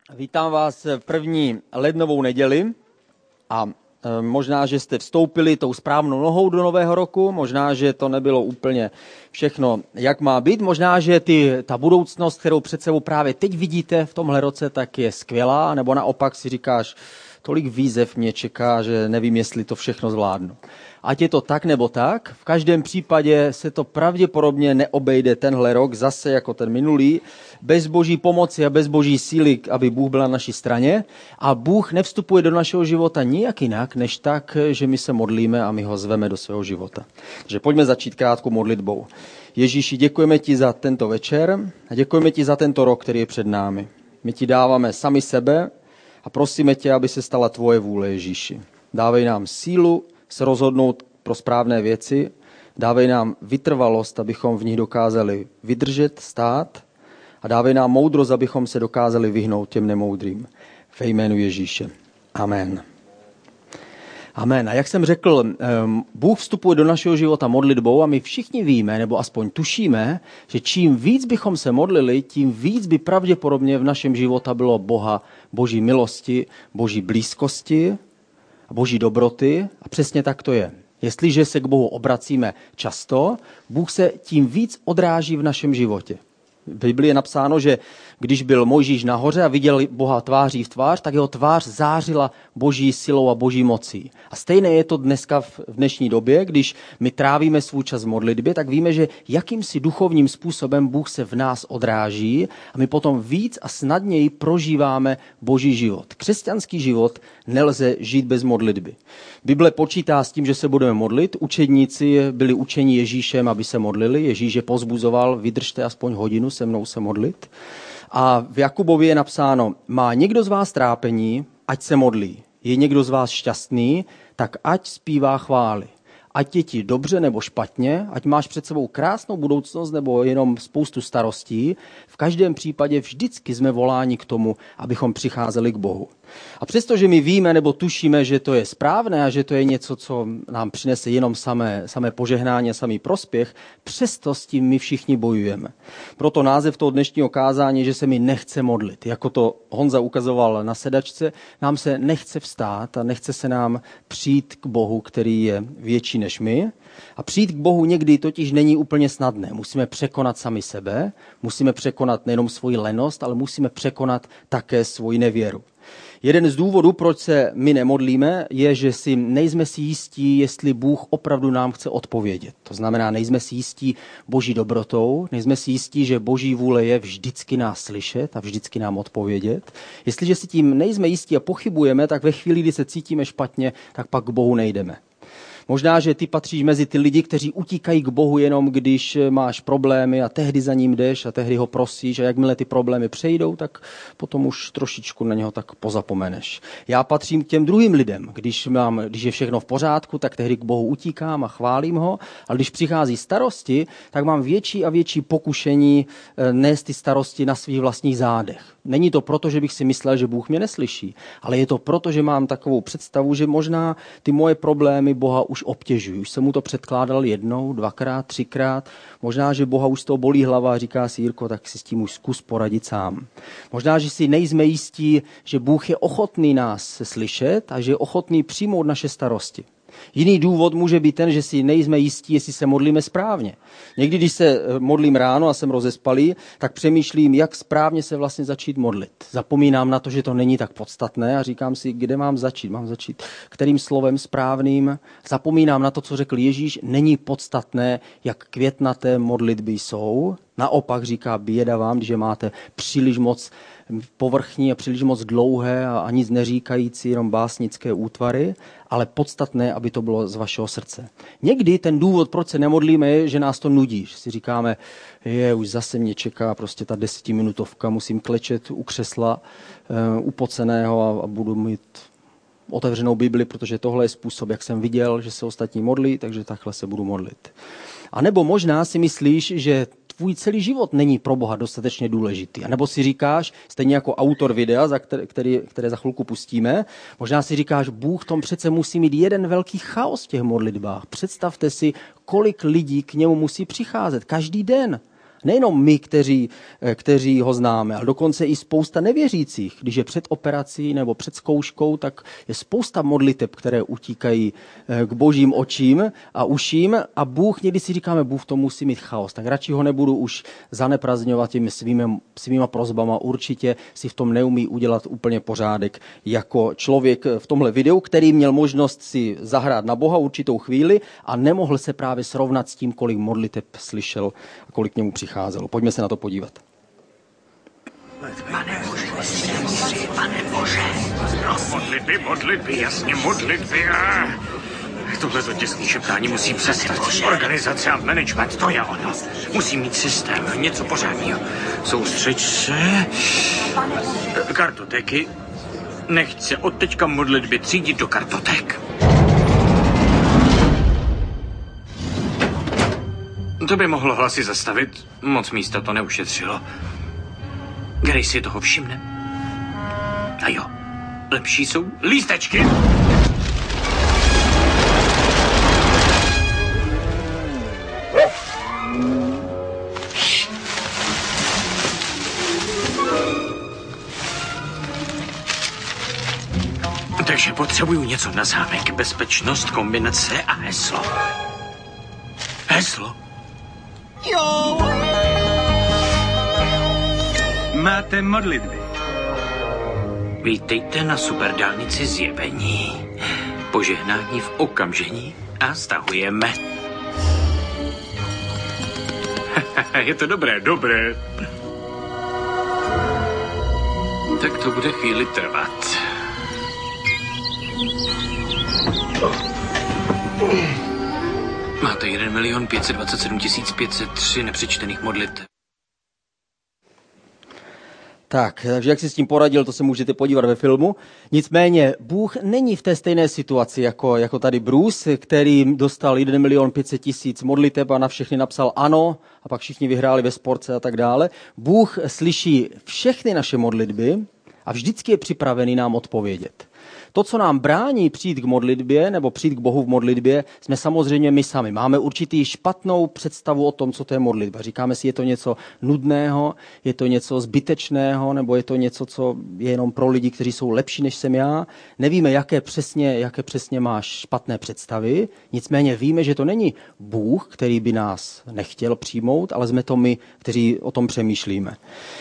Vítám vás v první lednovou neděli a možná, že jste vstoupili tou správnou nohou do nového roku, možná, že to nebylo úplně všechno, jak má být, možná, že ta budoucnost, kterou před sebou právě teď vidíte v tomhle roce, tak je skvělá, nebo naopak si říkáš, tolik výzev mě čeká, že nevím, jestli to všechno zvládnu. Ať je to tak nebo tak, v každém případě se to pravděpodobně neobejde tenhle rok zase jako ten minulý, bez boží pomoci a bez boží síly, aby Bůh byl na naší straně. A Bůh nevstupuje do našeho života nijak jinak, než tak, že my se modlíme a my ho zveme do svého života. Takže pojďme začít krátkou modlitbou. Ježíši, děkujeme ti za tento večer a děkujeme ti za tento rok, který je před námi. My ti dáváme sami sebe a prosíme tě, aby se stala tvoje vůle, Ježíši. Dávej nám sílu se rozhodnout pro správné věci, dávej nám vytrvalost, abychom v nich dokázali vydržet, stát a dávej nám moudrost, abychom se dokázali vyhnout těm nemoudrým. Ve jménu Ježíše. Amen. Amen. A jak jsem řekl, Bůh vstupuje do našeho života modlitbou a my všichni víme, nebo aspoň tušíme, že čím víc bychom se modlili, tím víc by pravděpodobně v našem života bylo Boha, boží milosti, boží blízkosti a boží dobroty. A přesně tak to je. Jestliže se k Bohu obracíme často, Bůh se tím víc odráží v našem životě. V Biblii je napsáno, že když byl Mojžíš nahoře a viděl Boha tváří v tvář, tak jeho tvář zářila boží silou a boží mocí. A stejné je to dneska v dnešní době, když my trávíme svůj čas v modlitbě, tak víme, že jakýmsi duchovním způsobem Bůh se v nás odráží a my potom víc a snadněji prožíváme boží život. Křesťanský život nelze žít bez modlitby. Bible počítá s tím, že se budeme modlit. Učedníci byli učeni Ježíšem, aby se modlili. Ježíš je pozbuzoval, vydržte aspoň hodinu se mnou se modlit. A v Jakubově je napsáno, má někdo z vás trápení, ať se modlí. Je někdo z vás šťastný, tak ať zpívá chvály. Ať je ti dobře nebo špatně, ať máš před sebou krásnou budoucnost nebo jenom spoustu starostí, v každém případě vždycky jsme voláni k tomu, abychom přicházeli k Bohu. A přestože my víme nebo tušíme, že to je správné a že to je něco, co nám přinese jenom samé požehnání a samý prospěch, přesto s tím my všichni bojujeme. Proto název toho dnešního kázání je, že se mi nechce modlit. Jako to Honza ukazoval na sedačce, nám se nechce vstát a nechce se nám přijít k Bohu, který je větší než my. A přijít k Bohu někdy totiž není úplně snadné. Musíme překonat sami sebe, musíme překonat nejenom svoji lenost, ale musíme překonat také svoji nevěru. Jeden z důvodů, proč se my nemodlíme, je, že si nejsme si jistí, jestli Bůh opravdu nám chce odpovědět. To znamená, nejsme si jistí boží dobrotou, nejsme si jistí, že boží vůle je vždycky nás slyšet a vždycky nám odpovědět. Jestliže si tím nejsme jistí a pochybujeme, tak ve chvíli, kdy se cítíme špatně, tak pak k Bohu nejdeme. Možná, že ty patříš mezi ty lidi, kteří utíkají k Bohu jenom, když máš problémy a tehdy za ním jdeš a tehdy ho prosíš a jakmile ty problémy přejdou, tak potom už trošičku na něho tak pozapomeneš. Já patřím k těm druhým lidem. Když je všechno v pořádku, tak tehdy k Bohu utíkám a chválím ho, ale když přichází starosti, tak mám větší a větší pokušení nést ty starosti na svých vlastních zádech. Není to proto, že bych si myslel, že Bůh mě neslyší, ale je to proto, že mám takovou představu, že možná ty moje problémy Boha už obtěžují. Už jsem mu to předkládal jednou, dvakrát, třikrát. Možná, že Boha už z toho bolí hlava a říká si, Jirko, tak si s tím už zkus poradit sám. Možná, že si nejsme jistí, že Bůh je ochotný nás slyšet a že je ochotný přijmout naše starosti. Jiný důvod může být ten, že si nejsme jistí, jestli se modlíme správně. Někdy, když se modlím ráno a jsem rozespalý, tak přemýšlím, jak správně se vlastně začít modlit. Zapomínám na to, že to není tak podstatné a říkám si, kde mám začít. Mám začít kterým slovem správným. Zapomínám na to, co řekl Ježíš, není podstatné, jak květnaté modlitby jsou. Naopak říká, běda vám, když je máte příliš moc povrchní a příliš moc dlouhé a nic neříkající, jenom básnické útvary, ale podstatné, aby to bylo z vašeho srdce. Někdy ten důvod, proč se nemodlíme, je, že nás to nudí. Že si říkáme, už zase mě čeká prostě ta 10minutovka, musím klečet u křesla upoceného a budu mít otevřenou Bibli, protože tohle je způsob, jak jsem viděl, že se ostatní modlí, takže takhle se budu modlit. A nebo možná si myslíš, že tvůj celý život není pro Boha dostatečně důležitý. A nebo si říkáš, stejně jako autor videa, které za chvilku pustíme, možná si říkáš, Bůh tom přece musí mít jeden velký chaos v těch modlitbách. Představte si, kolik lidí k němu musí přicházet každý den. Nejenom my, kteří ho známe, ale dokonce i spousta nevěřících. Když je před operací nebo před zkouškou, tak je spousta modliteb, které utíkají k božím očím a uším a Bůh, někdy si říkáme, Bůh to musí mít chaos, tak radši ho nebudu už zaneprazňovat těmi svýma prosbama. Určitě si v tom neumí udělat úplně pořádek jako člověk v tomhle videu, který měl možnost si zahrát na Boha určitou chvíli a nemohl se právě srovnat s tím, kolik modliteb slyšel a kolik k němu přicházelo. Pojďme se na to podívat. Pane Bože. No, modlitby, jasně modlitby. Tohle těsný šeptání musí přestat. Organizace a management, to je ono. Musí mít systém, něco pořádného. Soustřeď se. Kartotéky. Nechť od teďka modlitby třídit do kartoték. To by mohlo hlasy zastavit. Moc místa to neušetřilo. Grace si toho všimne. A jo, lepší jsou lístečky. Takže potřebuju něco na zámek. Bezpečnost, kombinace a heslo. Heslo? Jo! Máte modlitby. Vítejte na superdálnici zjevení. Požehnání v okamžení a stahujeme. Je to dobré. Tak to bude chvíli trvat. Máte 1 527 503 nepřečtených modlitev. Takže jak si s tím poradil, to se můžete podívat ve filmu. Nicméně Bůh není v té stejné situaci jako tady Bruce, který dostal 1 500 000 modliteb a na všechny napsal ano a pak všichni vyhráli ve sportce a tak dále. Bůh slyší všechny naše modlitby a vždycky je připravený nám odpovědět. To, co nám brání přijít k modlitbě nebo přijít k Bohu v modlitbě, jsme samozřejmě my sami. Máme určitý špatnou představu o tom, co to je modlitba. Říkáme si, je to něco nudného, je to něco zbytečného, nebo je to něco, co je jenom pro lidi, kteří jsou lepší, než jsem já. Nevíme, jaké přesně máš špatné představy, nicméně víme, že to není Bůh, který by nás nechtěl přijmout, ale jsme to my, kteří o tom přemýšlíme.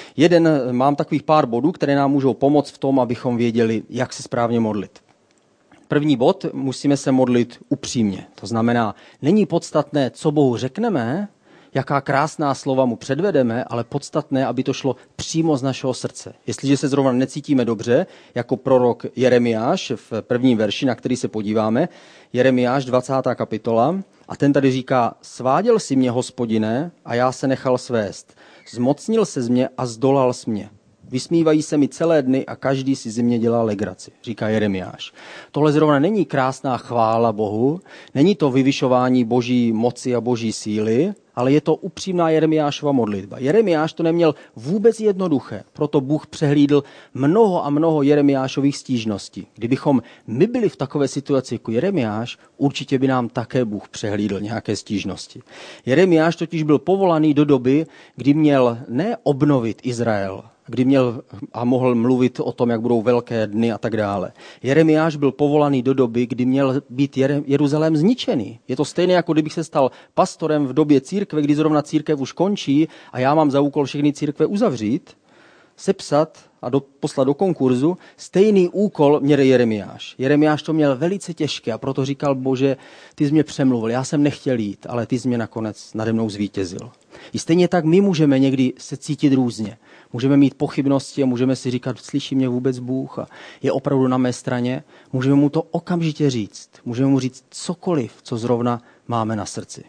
Mám takových pár bodů, které nám můžou pomoct v tom, abychom věděli, jak se správně modlit. První bod, musíme se modlit upřímně. To znamená, není podstatné, co Bohu řekneme, jaká krásná slova mu předvedeme, ale podstatné, aby to šlo přímo z našeho srdce. Jestliže se zrovna necítíme dobře, jako prorok Jeremiáš v prvním verši, na který se podíváme, Jeremiáš 20. kapitola, a ten tady říká, sváděl si mě, Hospodine, a já se nechal svést. Zmocnil se z mě a zdolal s mě. Vysmívají se mi celé dny a každý si ze mě dělá legraci, říká Jeremiáš. Tohle zrovna není krásná chvála Bohu, není to vyvyšování boží moci a boží síly, ale je to upřímná Jeremiášova modlitba. Jeremiáš to neměl vůbec jednoduché, proto Bůh přehlídl mnoho a mnoho Jeremiášových stížností. Kdybychom my byli v takové situaci jako Jeremiáš, určitě by nám také Bůh přehlídl nějaké stížnosti. Jeremiáš totiž byl povolaný do doby, kdy měl ne obnovit Izrael, kdy měl a mohl mluvit o tom, jak budou velké dny a tak dále. Jeremiáš byl povolaný do doby, kdy měl být Jeruzalém zničený. Je to stejné, jako kdybych se stal pastorem v době církve, kdy zrovna církev už končí a já mám za úkol všechny církve uzavřít, sepsat a poslat do konkurzu. Stejný úkol měl Jeremiáš. Jeremiáš to měl velice těžké a proto říkal, Bože, ty jsi mě přemluvil, já jsem nechtěl jít, ale ty jsi mě nakonec nade mnou zvítězil. I stejně tak my můžeme někdy se cítit různě. Můžeme mít pochybnosti a můžeme si říkat, slyší mě vůbec Bůh a je opravdu na mé straně. Můžeme mu to okamžitě říct. Můžeme mu říct cokoliv, co zrovna máme na srdci.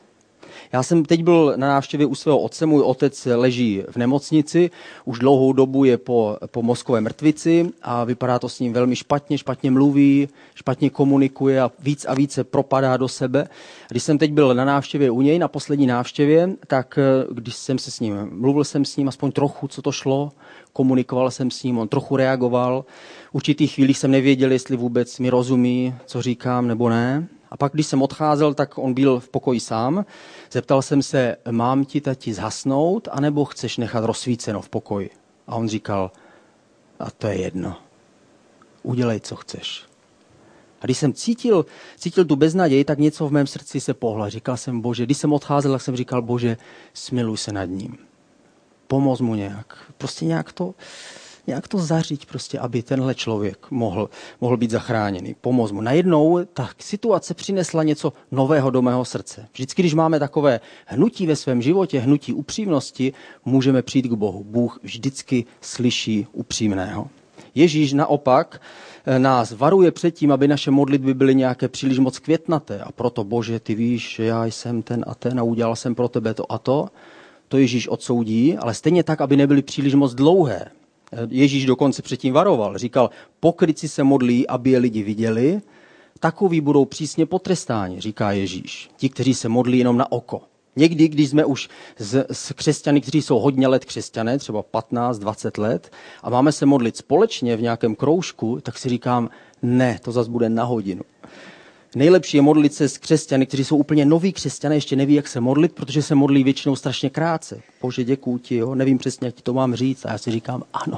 Já jsem teď byl na návštěvě u svého otce, můj otec leží v nemocnici, už dlouhou dobu je po mozkové mrtvici a vypadá to s ním velmi špatně mluví, špatně komunikuje a více propadá do sebe. Když jsem teď byl na návštěvě u něj, na poslední návštěvě, tak když jsem se s ním, mluvil jsem s ním aspoň trochu, co to šlo, komunikoval jsem s ním, on trochu reagoval. V určitých chvílích jsem nevěděl, jestli vůbec mi rozumí, co říkám, nebo ne. A pak, když jsem odcházel, tak on byl v pokoji sám. Zeptal jsem se, mám ti tati zhasnout, anebo chceš nechat rozsvíceno v pokoji? A on říkal, a to je jedno. Udělej, co chceš. A když jsem cítil tu beznaděj, tak něco v mém srdci se pohlo. Říkal jsem, Bože, když jsem odcházel, tak jsem říkal, Bože, smiluj se nad ním. Pomoz mu nějak. Prostě nějak to zařiď, prostě, aby tenhle člověk mohl být zachráněný. Pomoz mu. Najednou ta situace přinesla něco nového do mého srdce. Vždycky, když máme takové hnutí ve svém životě, hnutí upřímnosti, můžeme přijít k Bohu. Bůh vždycky slyší upřímného. Ježíš naopak nás varuje před tím, aby naše modlitby byly nějaké příliš moc květnaté. A proto, Bože, ty víš, že já jsem ten a ten a udělal jsem pro tebe to a to. To Ježíš odsoudí, ale stejně tak, aby nebyly příliš moc dlouhé. Ježíš dokonce předtím varoval. Říkal, pokrytci se modlí, aby je lidi viděli, takoví budou přísně potrestáni, říká Ježíš. Ti, kteří se modlí jenom na oko. Někdy, když jsme už s křesťany, kteří jsou hodně let křesťané, třeba 15-20 let, a máme se modlit společně v nějakém kroužku, tak si říkám, ne, to zas bude na hodinu. Nejlepší je modlit se s křesťany, kteří jsou úplně noví křesťané, ještě neví, jak se modlit, protože se modlí většinou strašně krátce. Bože, děkuju ti, jo? Nevím přesně, jak ti to mám říct. A já si říkám, ano.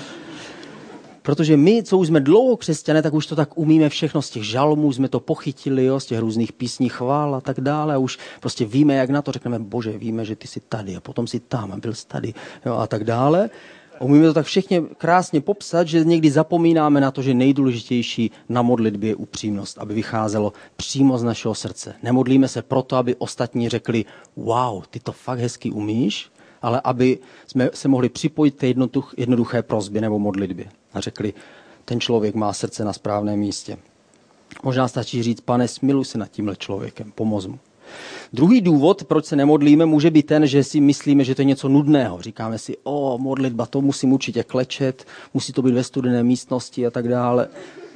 Protože my, co už jsme dlouho křesťané, tak už to tak umíme všechno z těch žalmů, jsme to pochytili, jo? Z těch různých písní chvál a tak dále. A už prostě víme, jak na to řekneme, Bože, víme, že ty jsi tady a potom jsi tam a byl jsi tady, jo? A tak dále. Umíme to tak všechny krásně popsat, že někdy zapomínáme na to, že nejdůležitější na modlitbě je upřímnost, aby vycházelo přímo z našeho srdce. Nemodlíme se proto, aby ostatní řekli, wow, ty to fakt hezky umíš, ale aby jsme se mohli připojit k té jednoduché prosbě nebo modlitbě. A řekli, ten člověk má srdce na správném místě. Možná stačí říct, Pane, smiluj se nad tímhle člověkem, pomoz mu. Druhý důvod, proč se nemodlíme, může být ten, že si myslíme, že to je něco nudného. Říkáme si, modlitba, to musím určitě klečet, musí to být ve studené místnosti a tak dále.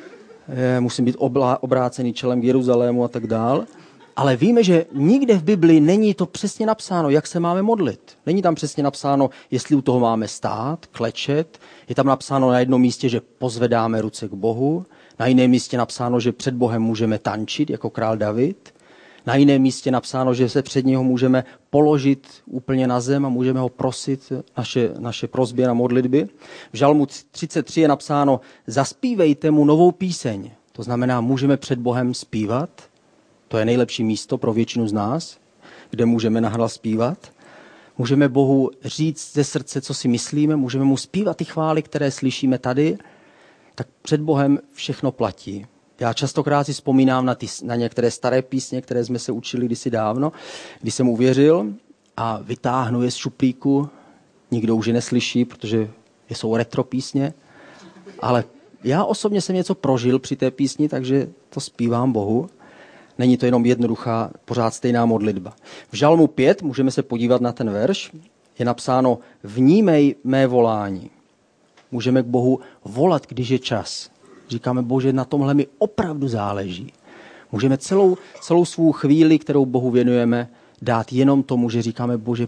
Musím být obrácený čelem k Jeruzalému a tak dále. Ale víme, že nikde v Biblii není to přesně napsáno, jak se máme modlit. Není tam přesně napsáno, jestli u toho máme stát, klečet. Je tam napsáno na jednom místě, že pozvedáme ruce k Bohu. Na jiném místě napsáno, že před Bohem můžeme tančit jako král David. Na jiném místě napsáno, že se před něho můžeme položit úplně na zem a můžeme ho prosit naše prosby na modlitby. V Žalmu 33 je napsáno, zaspívejte mu novou píseň. To znamená, můžeme před Bohem zpívat. To je nejlepší místo pro většinu z nás, kde můžeme nahlas zpívat. Můžeme Bohu říct ze srdce, co si myslíme, můžeme mu zpívat ty chvály, které slyšíme tady. Tak před Bohem všechno platí. Já častokrát si vzpomínám na některé staré písně, které jsme se učili kdysi dávno, když jsem uvěřil a vytáhnu je z šuplíku. Nikdo už je neslyší, protože jsou retro písně. Ale já osobně jsem něco prožil při té písni, takže to zpívám Bohu. Není to jenom jednoduchá, pořád stejná modlitba. V Žalmu 5, můžeme se podívat na ten verš, je napsáno vnímej mé volání. Můžeme k Bohu volat, když je čas. Říkáme, Bože, na tomhle mi opravdu záleží. Můžeme celou svou chvíli, kterou Bohu věnujeme, dát jenom tomu, že říkáme, Bože,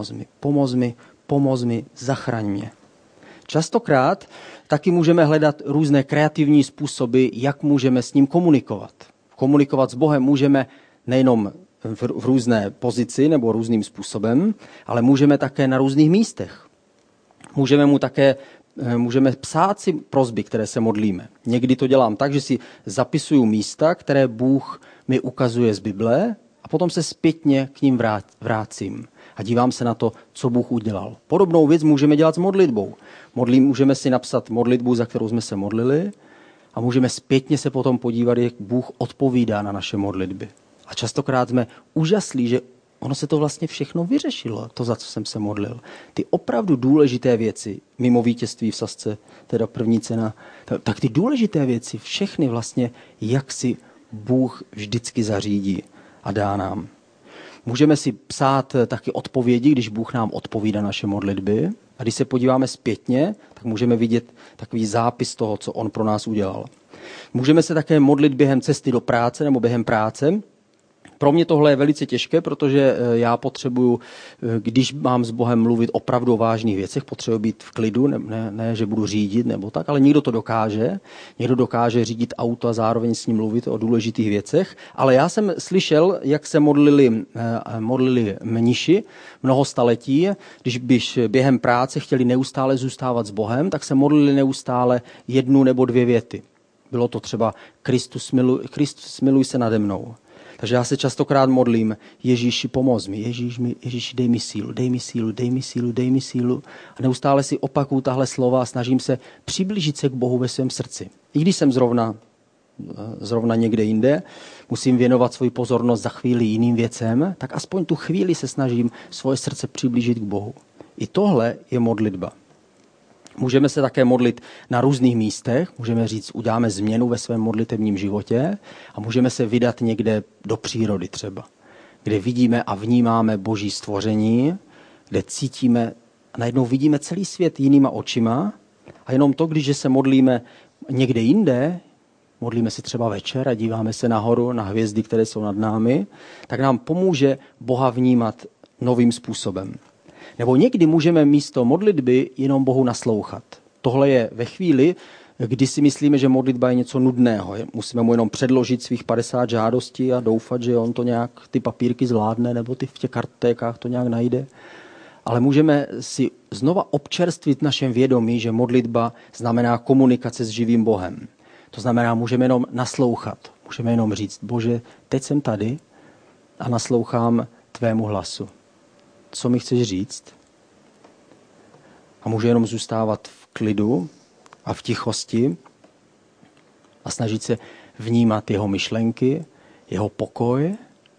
pomoz mi, zachraň mě. Častokrát taky můžeme hledat různé kreativní způsoby, jak můžeme s ním komunikovat. Komunikovat s Bohem můžeme nejenom v různé pozici nebo různým způsobem, ale můžeme také na různých místech. Můžeme psát si prosby, které se modlíme. Někdy to dělám tak, že si zapisuju místa, které Bůh mi ukazuje z Bible a potom se zpětně k ním vrátím a dívám se na to, co Bůh udělal. Podobnou věc můžeme dělat s modlitbou. Můžeme si napsat modlitbu, za kterou jsme se modlili a můžeme zpětně se potom podívat, jak Bůh odpovídá na naše modlitby. A častokrát jsme úžaslí, že ono se to vlastně všechno vyřešilo, to, za co jsem se modlil. Ty opravdu důležité věci, mimo vítězství v sazce, teda první cena, tak ty důležité věci, všechny vlastně, jak si Bůh vždycky zařídí a dá nám. Můžeme si psát taky odpovědi, když Bůh nám odpovídá naše modlitby. A když se podíváme zpětně, tak můžeme vidět takový zápis toho, co on pro nás udělal. Můžeme se také modlit během cesty do práce nebo během práce, Pro mě tohle je velice těžké, protože já potřebuju, když mám s Bohem mluvit opravdu o vážných věcech, potřebuji být v klidu, ne, že budu řídit nebo tak, ale někdo to dokáže. Někdo dokáže řídit auto a zároveň s ním mluvit o důležitých věcech. Ale já jsem slyšel, jak se modlili mniši mnoho staletí, když během práce chtěli neustále zůstávat s Bohem, tak se modlili neustále 1 nebo 2 věty. Bylo to třeba Kristus smiluj se nade mnou. Takže já se častokrát modlím, Ježíši, pomoz mi, Ježíši, dej mi sílu, dej mi sílu, dej mi sílu, dej mi sílu. A neustále si opakuju tahle slova a snažím se přiblížit se k Bohu ve svém srdci. I když jsem zrovna někde jinde, musím věnovat svoji pozornost za chvíli jiným věcem, tak aspoň tu chvíli se snažím svoje srdce přiblížit k Bohu. I tohle je modlitba. Můžeme se také modlit na různých místech, můžeme říct, uděláme změnu ve svém modlitevním životě a můžeme se vydat někde do přírody třeba, kde vidíme a vnímáme Boží stvoření, kde cítíme a najednou vidíme celý svět jinýma očima a jenom to, když se modlíme někde jinde, modlíme si třeba večer a díváme se nahoru na hvězdy, které jsou nad námi, tak nám pomůže Boha vnímat novým způsobem. Nebo někdy můžeme místo modlitby jenom Bohu naslouchat. Tohle je ve chvíli, kdy si myslíme, že modlitba je něco nudného. Musíme mu jenom předložit svých 50 žádostí a doufat, že on to nějak ty papírky zvládne nebo v těch kartékách to nějak najde. Ale můžeme si znova občerstvit v našem vědomí, že modlitba znamená komunikace s živým Bohem. To znamená, můžeme jenom naslouchat. Můžeme jenom říct, Bože, teď jsem tady a naslouchám tvému hlasu. Co mi chceš říct? A může jenom zůstávat v klidu a v tichosti a snažit se vnímat jeho myšlenky, jeho pokoj.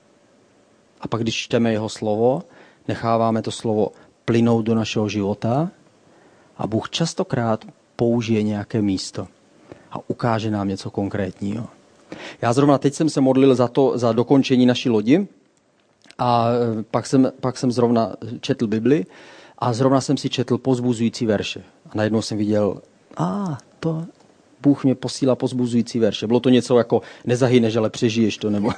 A pak, když čteme jeho slovo, necháváme to slovo plynout do našeho života a Bůh častokrát použije nějaké místo a ukáže nám něco konkrétního. Já zrovna teď jsem se modlil za dokončení naší lodi, a pak jsem zrovna četl Bibli a zrovna jsem si četl povzbuzující verše. A najednou jsem viděl, to Bůh mě posílá povzbuzující verše. Bylo to něco jako nezahyneš, ale přežiješ to. Nebo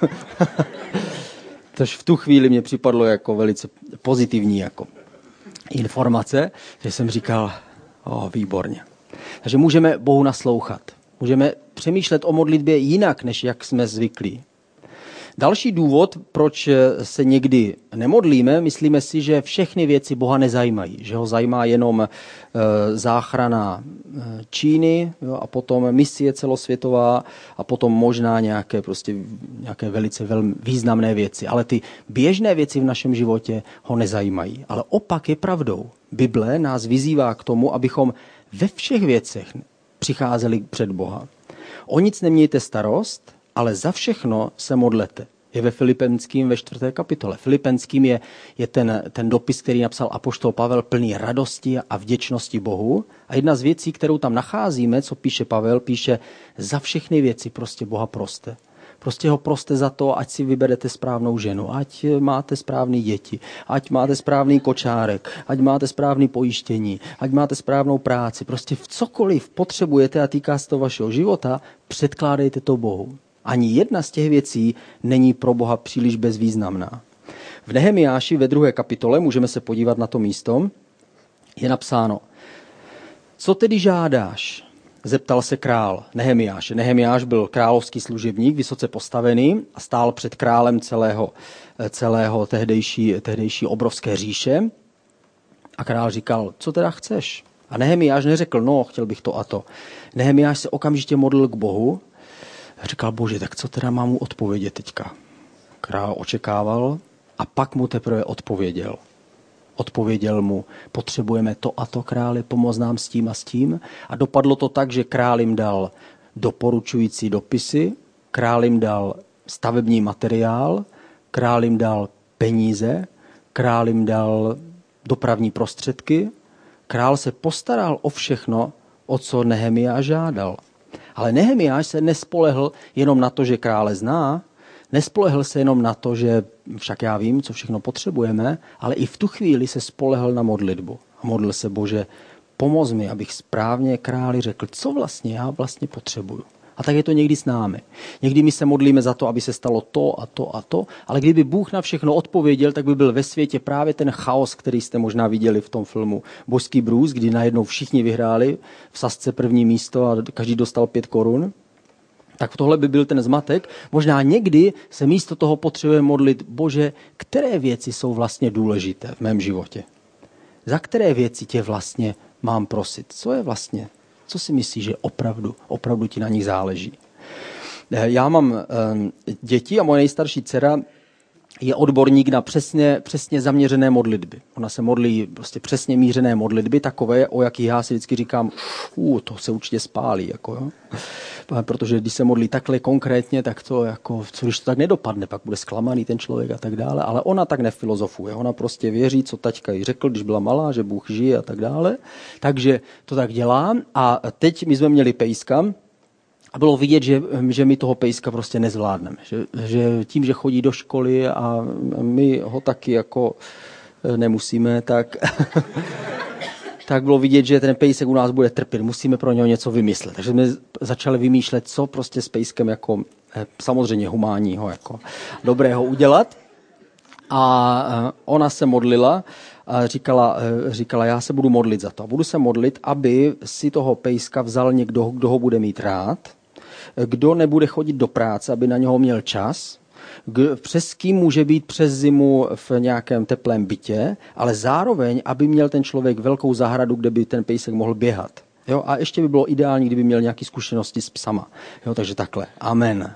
tož v tu chvíli mě připadlo jako velice pozitivní jako informace, že jsem říkal, výborně. Takže můžeme Bohu naslouchat. Můžeme přemýšlet o modlitbě jinak, než jak jsme zvyklí. Další důvod, proč se někdy nemodlíme, myslíme si, že všechny věci Boha nezajímají. Že ho zajímá jenom záchrana Číny, a potom misie celosvětová a potom možná nějaké velice velmi významné věci. Ale ty běžné věci v našem životě ho nezajímají. Ale opak je pravdou. Bible nás vyzývá k tomu, abychom ve všech věcech přicházeli před Boha. O nic nemějte starost, ale za všechno se modlete. Je ve Filipenským ve 4. kapitole. Filipenským je ten dopis, který napsal apoštol Pavel, plný radosti a vděčnosti Bohu. A jedna z věcí, kterou tam nacházíme, co píše Pavel, píše za všechny věci prostě Boha proste. Prostě ho proste za to, ať si vyberete správnou ženu, ať máte správný děti, ať máte správný kočárek, ať máte správný pojištění, ať máte správnou práci. Prostě v cokoliv potřebujete a týká se to vašeho života, předkládejte to Bohu. Ani jedna z těch věcí není pro Boha příliš bezvýznamná. V Nehemiáši ve 2. kapitole, můžeme se podívat na to místo, je napsáno, co tedy žádáš? Zeptal se král Nehemiáše. Nehemiáš byl královský služebník, vysoce postavený a stál před králem celého tehdejší obrovské říše. A král říkal, co teda chceš? A Nehemiáš neřekl, chtěl bych to a to. Nehemiáš se okamžitě modlil k Bohu. Říkal, Bože, tak co teda mám mu odpovědět teďka? Král očekával a pak mu teprve odpověděl. Odpověděl mu, potřebujeme to a to, králi, pomoz nám s tím a s tím. A dopadlo to tak, že král jim dal doporučující dopisy, král jim dal stavební materiál, král jim dal peníze, král jim dal dopravní prostředky. Král se postaral o všechno, o co Nehemiáš žádal. Ale Nehemiáš se nespolehl jenom na to, že krále zná, nespolehl se jenom na to, že však já vím, co všechno potřebujeme, ale i v tu chvíli se spolehl na modlitbu. A modlil se, Bože, pomoz mi, abych správně králi řekl, co vlastně já potřebuju. A tak je to někdy s námi. Někdy my se modlíme za to, aby se stalo to a to a to, ale kdyby Bůh na všechno odpověděl, tak by byl ve světě právě ten chaos, který jste možná viděli v tom filmu Božský brůz, kdy najednou všichni vyhráli v sázce první místo a každý dostal 5 korun. Tak tohle by byl ten zmatek. Možná někdy se místo toho potřebuje modlit, Bože, které věci jsou vlastně důležité v mém životě? Za které věci tě vlastně mám prosit? Co si myslíš, že opravdu ti na nich záleží? Já mám děti a moje nejstarší dcera je odborník na přesně zaměřené modlitby. Ona se modlí prostě přesně mířené modlitby, takové, o jakých já si vždycky říkám, to se určitě spálí. Jako, jo? Protože když se modlí takhle konkrétně, tak to jako, co když to tak nedopadne, pak bude zklamaný ten člověk a tak dále. Ale ona tak nefilozofuje. Ona prostě věří, co taťka jí řekl, když byla malá, že Bůh žije a tak dále. Takže to tak dělá. A teď my jsme měli pejska, a bylo vidět, že my toho pejska prostě nezvládneme. Že tím, že chodí do školy a my ho taky jako nemusíme, tak bylo vidět, že ten pejsek u nás bude trpět. Musíme pro něho něco vymyslet. Takže jsme začali vymýšlet, co prostě s pejskem jako samozřejmě humánního, jako dobrého udělat. A ona se modlila a říkala, já se budu modlit za to. A budu se modlit, aby si toho pejska vzal někdo, kdo ho bude mít rád, kdo nebude chodit do práce, aby na něho měl čas, přes kým může být přes zimu v nějakém teplém bytě, ale zároveň, aby měl ten člověk velkou zahradu, kde by ten pejsek mohl běhat. Jo? A ještě by bylo ideální, kdyby měl nějaké zkušenosti s psama. Jo? Takže takhle. Amen.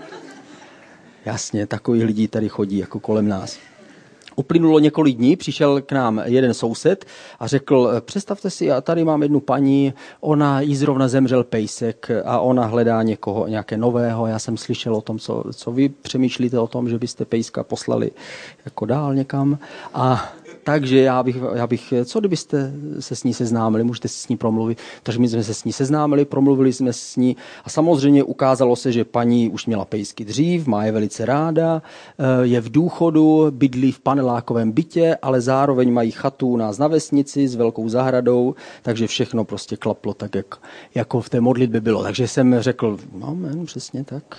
Jasně, takových lidí tady chodí jako kolem nás. Uplynulo několik dní, přišel k nám jeden soused a řekl, představte si, já tady mám jednu paní, ona jí zrovna zemřel pejsek a ona hledá nějaké nového. Já jsem slyšel o tom, co vy přemýšlíte o tom, že byste pejska poslali jako dál někam. A takže já bych, co kdybyste se s ní seznámili, můžete si s ní promluvit. Takže my jsme se s ní seznámili, promluvili jsme s ní a samozřejmě ukázalo se, že paní už měla pejsky dřív, má je velice ráda, je v důchodu, bydlí v panelákovém bytě, ale zároveň mají chatu u nás na vesnici s velkou zahradou, takže všechno prostě klaplo tak, jako v té modlitbě bylo. Takže jsem řekl, amen, přesně tak.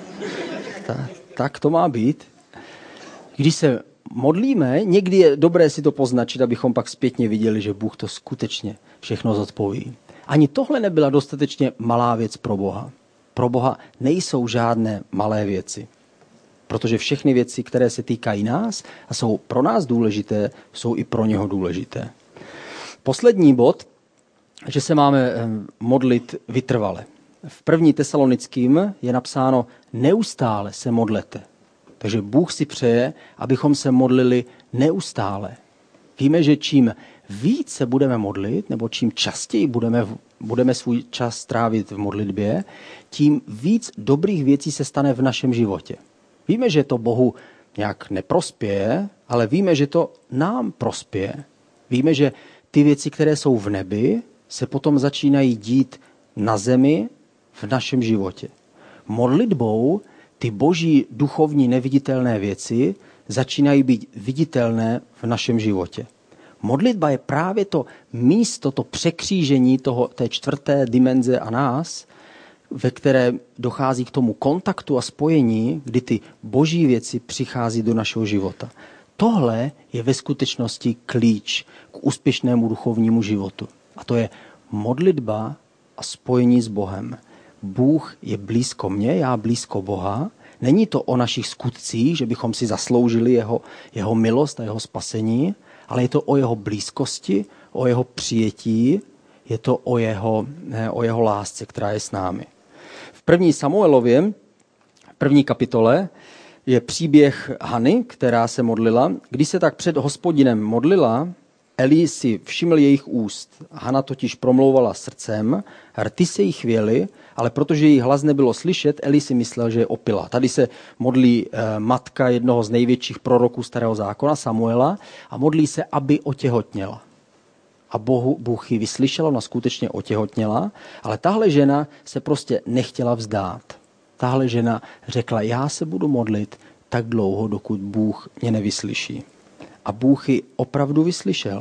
Tak to má být. Když se modlíme, někdy je dobré si to poznačit, abychom pak zpětně viděli, že Bůh to skutečně všechno zodpoví. Ani tohle nebyla dostatečně malá věc pro Boha. Pro Boha nejsou žádné malé věci. Protože všechny věci, které se týkají nás a jsou pro nás důležité, jsou i pro něho důležité. Poslední bod, že se máme modlit vytrvale. V 1. Tesalonickým je napsáno, neustále se modlete. Takže Bůh si přeje, abychom se modlili neustále. Víme, že čím víc se budeme modlit, nebo čím častěji budeme svůj čas trávit v modlitbě, tím víc dobrých věcí se stane v našem životě. Víme, že to Bohu nějak neprospěje, ale víme, že to nám prospěje. Víme, že ty věci, které jsou v nebi, se potom začínají dít na zemi v našem životě. Modlitbou ty boží duchovní neviditelné věci začínají být viditelné v našem životě. Modlitba je právě to místo, to překřížení té 4. dimenze a nás, ve které dochází k tomu kontaktu a spojení, kdy ty boží věci přichází do našeho života. Tohle je ve skutečnosti klíč k úspěšnému duchovnímu životu. A to je modlitba a spojení s Bohem. Bůh je blízko mě, já blízko Boha. Není to o našich skutcích, že bychom si zasloužili jeho milost a jeho spasení, ale je to o jeho blízkosti, o jeho přijetí, je to o jeho lásce, která je s námi. V 1. Samuelově, 1. kapitole, je příběh Hany, která se modlila. Když se tak před Hospodinem modlila, Eli si všiml jejich úst. Hana totiž promlouvala srdcem, rty se jí chvěly, ale protože její hlas nebylo slyšet, Eli si myslel, že je opila. Tady se modlí matka jednoho z největších proroků Starého zákona, Samuela, a modlí se, aby otěhotněla. A Bůh ji vyslyšel, ona skutečně otěhotněla, ale tahle žena se prostě nechtěla vzdát. Tahle žena řekla, já se budu modlit tak dlouho, dokud Bůh mě nevyslyší. A Bůh ji opravdu vyslyšel.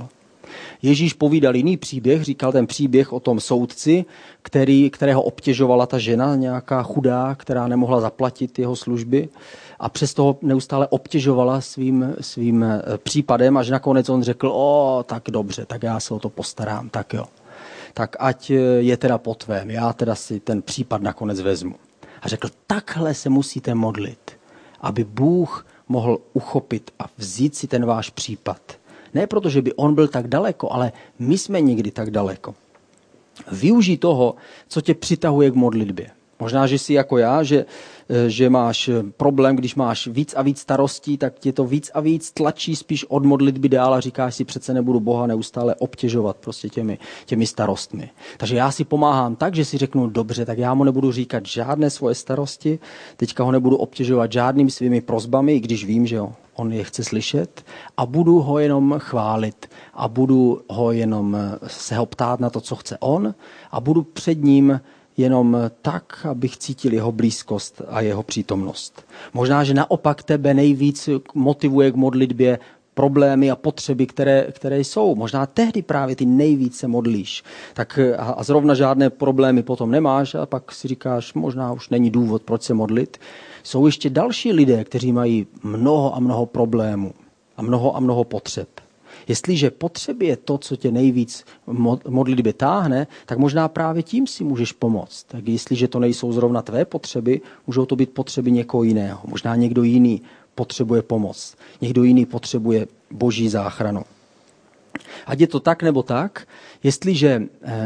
Ježíš povídal jiný příběh, říkal ten příběh o tom soudci, kterého obtěžovala ta žena, nějaká chudá, která nemohla zaplatit jeho služby a přesto ho neustále obtěžovala svým případem, až nakonec on řekl, tak dobře, tak já se o to postarám, tak jo. Tak ať je teda po tvém, já teda si ten případ nakonec vezmu. A řekl, takhle se musíte modlit, aby Bůh mohl uchopit a vzít si ten váš případ. Ne proto, že by on byl tak daleko, ale my jsme někdy tak daleko. Využij toho, co tě přitahuje k modlitbě. Možná, že jsi jako já, že máš problém, když máš víc a víc starostí, tak tě to víc a víc tlačí spíš od modlitby dál a říkáš si, přece nebudu Boha neustále obtěžovat prostě těmi starostmi. Takže já si pomáhám tak, že si řeknu, dobře, tak já mu nebudu říkat žádné svoje starosti, teďka ho nebudu obtěžovat žádnými svými prosbami, i když vím, že on je chce slyšet a budu ho jenom chválit a budu ho jenom se ho ptát na to, co chce on a budu před ním jenom tak, abych cítil jeho blízkost a jeho přítomnost. Možná, že naopak tebe nejvíc motivuje k modlitbě problémy a potřeby, které jsou. Možná tehdy právě ty nejvíc se modlíš. Tak a zrovna žádné problémy potom nemáš a pak si říkáš, možná už není důvod, proč se modlit. Jsou ještě další lidé, kteří mají mnoho a mnoho problémů a mnoho potřeb. Jestliže potřeby je to, co tě nejvíc modlitbě táhne, tak možná právě tím si můžeš pomoct. Tak jestliže to nejsou zrovna tvé potřeby, můžou to být potřeby někoho jiného. Možná někdo jiný potřebuje pomoc. Někdo jiný potřebuje Boží záchranu. Ať je to tak nebo tak, jestliže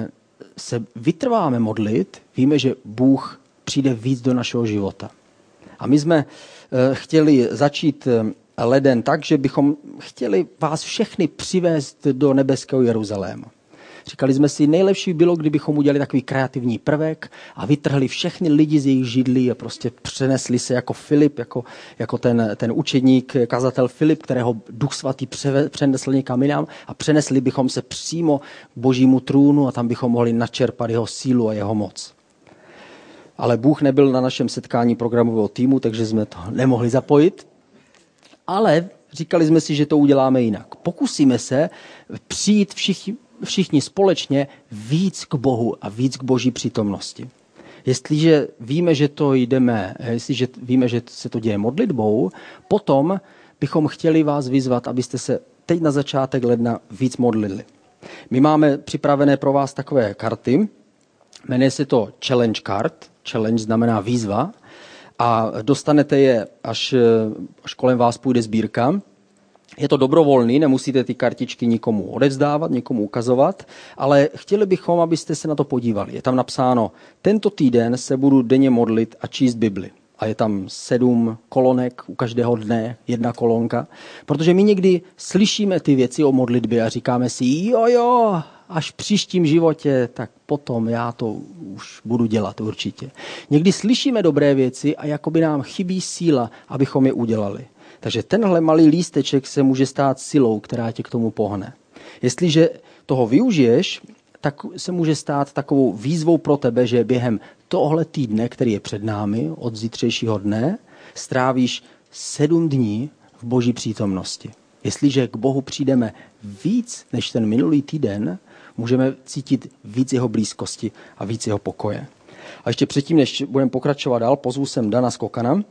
se vytrváme modlit, víme, že Bůh přijde víc do našeho života. A my jsme chtěli začít leden tak, že bychom chtěli vás všechny přivést do nebeského Jeruzaléma. Říkali jsme si, nejlepší bylo, kdybychom udělali takový kreativní prvek a vytrhli všechny lidi z jejich židlí a prostě přenesli se jako Filip, jako ten učedník, kazatel Filip, kterého Duch Svatý přenesl někam jinam a přenesli bychom se přímo k Božímu trůnu a tam bychom mohli načerpat jeho sílu a jeho moc. Ale Bůh nebyl na našem setkání programového týmu, takže jsme to nemohli zapojit. Ale říkali jsme si, že to uděláme jinak. Pokusíme se přijít všichni společně víc k Bohu a víc k Boží přítomnosti. Jestliže víme, že se to děje modlitbou, potom bychom chtěli vás vyzvat, abyste se teď na začátek ledna víc modlili. My máme připravené pro vás takové karty. Jmenuje se to Challenge Card. Challenge znamená výzva. A dostanete je, až kolem vás půjde sbírka. Je to dobrovolný, nemusíte ty kartičky nikomu odevzdávat, nikomu ukazovat, ale chtěli bychom, abyste se na to podívali. Je tam napsáno, tento týden se budu denně modlit a číst Bibli. A je tam 7 kolonek, u každého dne 1 kolonka. Protože my někdy slyšíme ty věci o modlitbě a říkáme si, jo, až v příštím životě, tak potom já to už budu dělat určitě. Někdy slyšíme dobré věci a jakoby nám chybí síla, abychom je udělali. Takže tenhle malý lísteček se může stát silou, která tě k tomu pohne. Jestliže toho využiješ, tak se může stát takovou výzvou pro tebe, že během tohle týdne, který je před námi, od zítřejšího dne, strávíš 7 dní v Boží přítomnosti. Jestliže k Bohu přijdeme víc než ten minulý týden, můžeme cítit víc jeho blízkosti a víc jeho pokoje. A ještě předtím, než budeme pokračovat dál, pozvu sem Dana Skokana.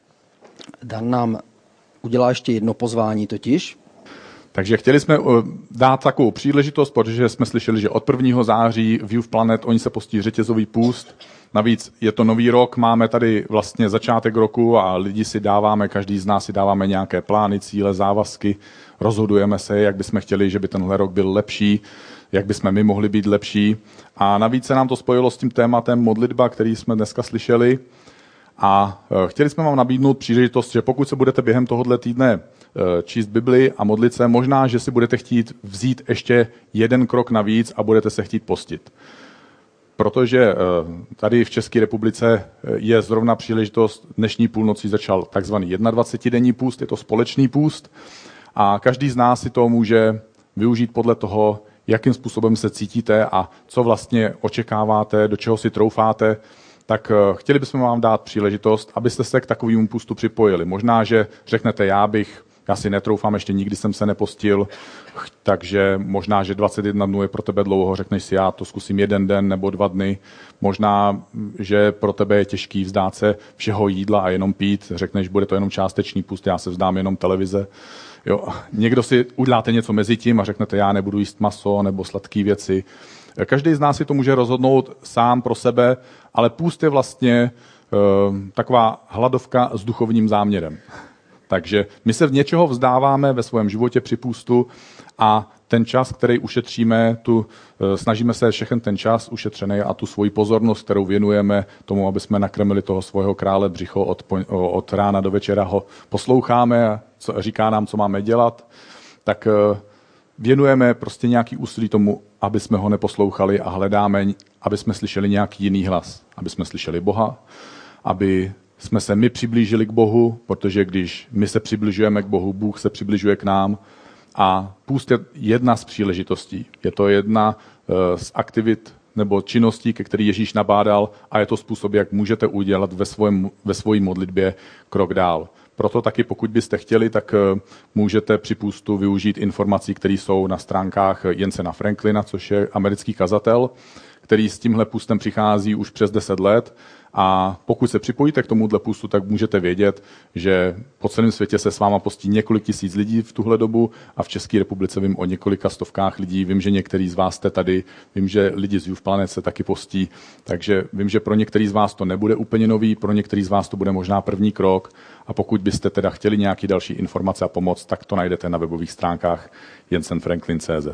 Dan nám udělá ještě jedno pozvání totiž. Takže chtěli jsme dát takovou příležitost, protože jsme slyšeli, že od 1. září v Youth Planet oni se postí řetězový půst. Navíc je to nový rok, máme tady vlastně začátek roku a lidi si dáváme, každý z nás si dáváme nějaké plány, cíle, závazky, rozhodujeme se, jak bychom chtěli, že by tenhle rok byl lepší, jak bychom my mohli být lepší. A navíc se nám to spojilo s tím tématem modlitba, který jsme dneska slyšeli. A chtěli jsme vám nabídnout příležitost, že pokud se budete během tohoto týdne číst Bibli a modlit se, možná, že si budete chtít vzít ještě 1 krok navíc a budete se chtít postit. Protože tady v České republice je zrovna příležitost, dnešní půlnocí začal takzvaný 21denní půst, je to společný půst a každý z nás si to může využít podle toho, jakým způsobem se cítíte a co vlastně očekáváte, do čeho si troufáte, tak chtěli bychom vám dát příležitost, abyste se k takovému půstu připojili. Možná, že řeknete, já bych Já si netroufám, ještě nikdy jsem se nepostil, takže možná, že 21 dnů je pro tebe dlouho, řekneš si, já to zkusím 1 den nebo 2 dny. Možná, že pro tebe je těžký vzdát se všeho jídla a jenom pít. Řekneš, bude to jenom částečný půst, já se vzdám jenom televize. Jo. Někdo si uděláte něco mezi tím a řeknete, já nebudu jíst maso nebo sladké věci. Každý z nás si to může rozhodnout sám pro sebe, ale půst je vlastně taková hladovka s duchovním záměrem. Takže my se v něčeho vzdáváme ve svém životě při půstu a ten čas, který ušetříme, snažíme se všechen ten čas ušetřený a tu svoji pozornost, kterou věnujeme tomu, aby jsme nakrmili toho svého krále břicho od rána do večera, ho posloucháme a říká nám, co máme dělat, tak věnujeme prostě nějaký úsilí tomu, aby jsme ho neposlouchali a hledáme, aby jsme slyšeli nějaký jiný hlas, aby jsme slyšeli Boha, aby jsme se my přiblížili k Bohu, protože když my se přibližujeme k Bohu, Bůh se přibližuje k nám a půst je jedna z příležitostí. Je to jedna z aktivit nebo činností, ke který Ježíš nabádal a je to způsob, jak můžete udělat ve své modlitbě krok dál. Proto taky, pokud byste chtěli, tak můžete při půstu využít informací, které jsou na stránkách Jensena Franklina, což je americký kazatel, který s tímhle půstem přichází už přes 10 let. A pokud se připojíte k tomuhle půstu, tak můžete vědět, že po celém světě se s váma postí několik tisíc lidí v tuhle dobu a v České republice vím o několika stovkách lidí. Vím, že některý z vás jste tady, vím, že lidi z Youth Planet se taky postí, takže vím, že pro některý z vás to nebude úplně nový, pro některý z vás to bude možná první krok a pokud byste teda chtěli nějaký další informace a pomoc, tak to najdete na webových stránkách jensenfranklin.cz.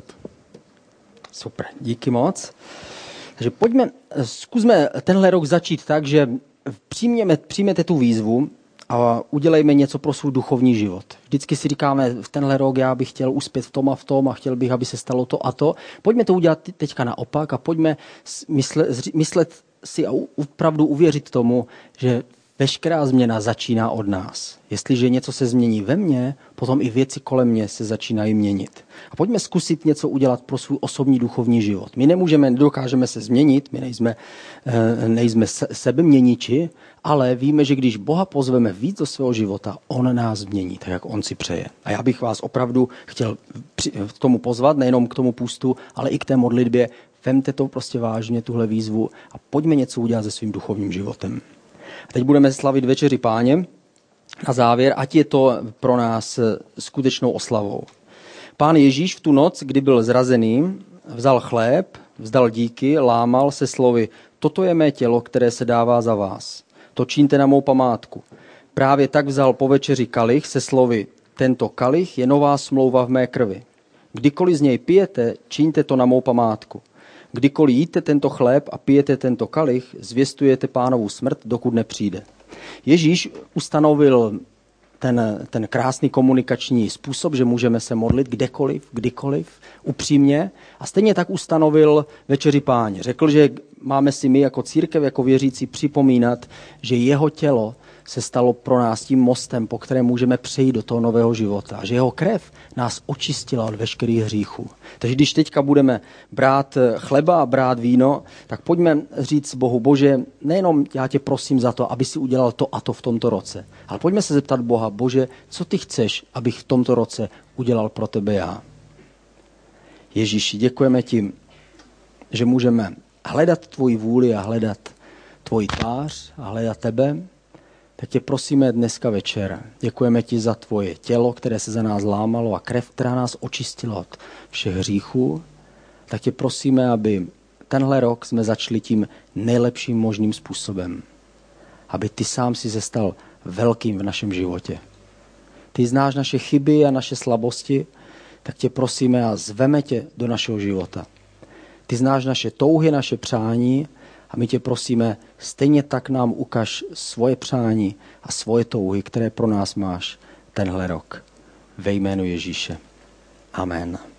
Super, díky moc. Takže zkusme tenhle rok začít tak, že přijměte tu výzvu a udělejme něco pro svůj duchovní život. Vždycky si říkáme, v tenhle rok já bych chtěl uspět v tom a chtěl bych, aby se stalo to a to. Pojďme to udělat teďka naopak a pojďme myslet si a opravdu uvěřit tomu, že veškerá změna začíná od nás. Jestliže něco se změní ve mně, potom i věci kolem mě se začínají měnit. A pojďme zkusit něco udělat pro svůj osobní duchovní život. My nedokážeme se změnit, my nejsme sebeměniči, ale víme, že když Boha pozveme víc do svého života, on nás změní, tak jak on si přeje. A já bych vás opravdu chtěl k tomu pozvat, nejenom k tomu půstu, ale i k té modlitbě. Vemte to prostě vážně, tuhle výzvu a pojďme něco udělat se svým duchovním životem. A teď budeme slavit Večeři Páně. Na závěr, ať je to pro nás skutečnou oslavou. Pán Ježíš v tu noc, kdy byl zrazený, vzal chléb, vzdal díky, lámal se slovy: toto je mé tělo, které se dává za vás. To čiňte na mou památku. Právě tak vzal po večeři kalich se slovy: tento kalich je nová smlouva v mé krvi. Kdykoliv z něj pijete, čiňte to na mou památku. Kdykoliv jíte tento chléb a pijete tento kalich, zvěstujete Pánovu smrt, dokud nepřijde. Ježíš ustanovil ten krásný komunikační způsob, že můžeme se modlit kdekoliv, kdykoliv, upřímně. A stejně tak ustanovil Večeři Páně. Řekl, že máme si my jako církev, jako věřící připomínat, že jeho tělo se stalo pro nás tím mostem, po kterém můžeme přejít do toho nového života. Že jeho krev nás očistila od veškerých hříchů. Takže když teďka budeme brát chleba a brát víno, tak pojďme říct Bohu: Bože, nejenom já tě prosím za to, aby si udělal to a to v tomto roce, ale pojďme se zeptat Boha: Bože, co ty chceš, abych v tomto roce udělal pro tebe já? Ježíši, děkujeme ti, že můžeme hledat tvoji vůli a hledat tvoji tvář a hledat tebe. Tak tě prosíme dneska večer. Děkujeme ti za tvoje tělo, které se za nás lámalo a krev, která nás očistila od všech hříchů. Tak tě prosíme, aby tenhle rok jsme začali tím nejlepším možným způsobem. Aby ty sám si se stal velkým v našem životě. Ty znáš naše chyby a naše slabosti, tak tě prosíme a zveme tě do našeho života. Ty znáš naše touhy, naše přání a my tě prosíme, stejně tak nám ukaž svoje přání a svoje touhy, které pro nás máš tenhle rok. Ve jménu Ježíše. Amen.